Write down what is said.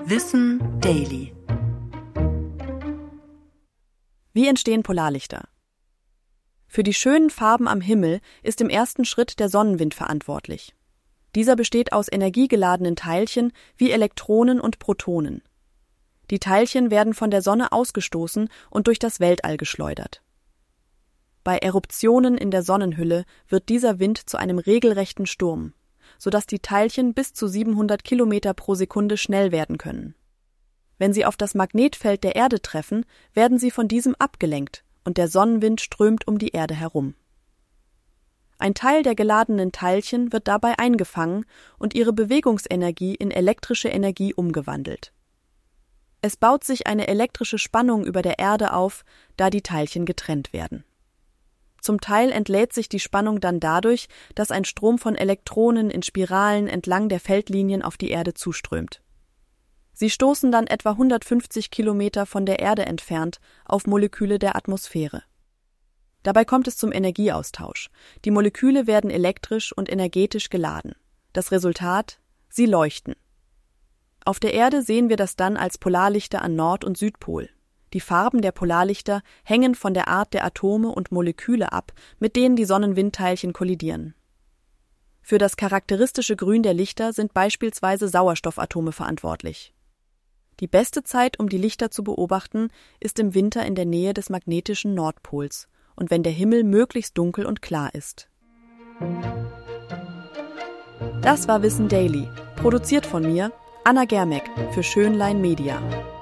Wissen Daily. Wie entstehen Polarlichter? Für die schönen Farben am Himmel ist im ersten Schritt der Sonnenwind verantwortlich. Dieser besteht aus energiegeladenen Teilchen wie Elektronen und Protonen. Die Teilchen werden von der Sonne ausgestoßen und durch das Weltall geschleudert. Bei Eruptionen in der Sonnenhülle wird dieser Wind zu einem regelrechten Sturm, sodass die Teilchen bis zu 700 Kilometer pro Sekunde schnell werden können. Wenn sie auf das Magnetfeld der Erde treffen, werden sie von diesem abgelenkt und der Sonnenwind strömt um die Erde herum. Ein Teil der geladenen Teilchen wird dabei eingefangen und ihre Bewegungsenergie in elektrische Energie umgewandelt. Es baut sich eine elektrische Spannung über der Erde auf, da die Teilchen getrennt werden. Zum Teil entlädt sich die Spannung dann dadurch, dass ein Strom von Elektronen in Spiralen entlang der Feldlinien auf die Erde zuströmt. Sie stoßen dann etwa 150 Kilometer von der Erde entfernt auf Moleküle der Atmosphäre. Dabei kommt es zum Energieaustausch. Die Moleküle werden elektrisch und energetisch geladen. Das Resultat? Sie leuchten. Auf der Erde sehen wir das dann als Polarlichter an Nord- und Südpol. Die Farben der Polarlichter hängen von der Art der Atome und Moleküle ab, mit denen die Sonnenwindteilchen kollidieren. Für das charakteristische Grün der Lichter sind beispielsweise Sauerstoffatome verantwortlich. Die beste Zeit, um die Lichter zu beobachten, ist im Winter in der Nähe des magnetischen Nordpols und wenn der Himmel möglichst dunkel und klar ist. Das war Wissen Daily, produziert von mir, Anna Germeck, für Schönlein Media.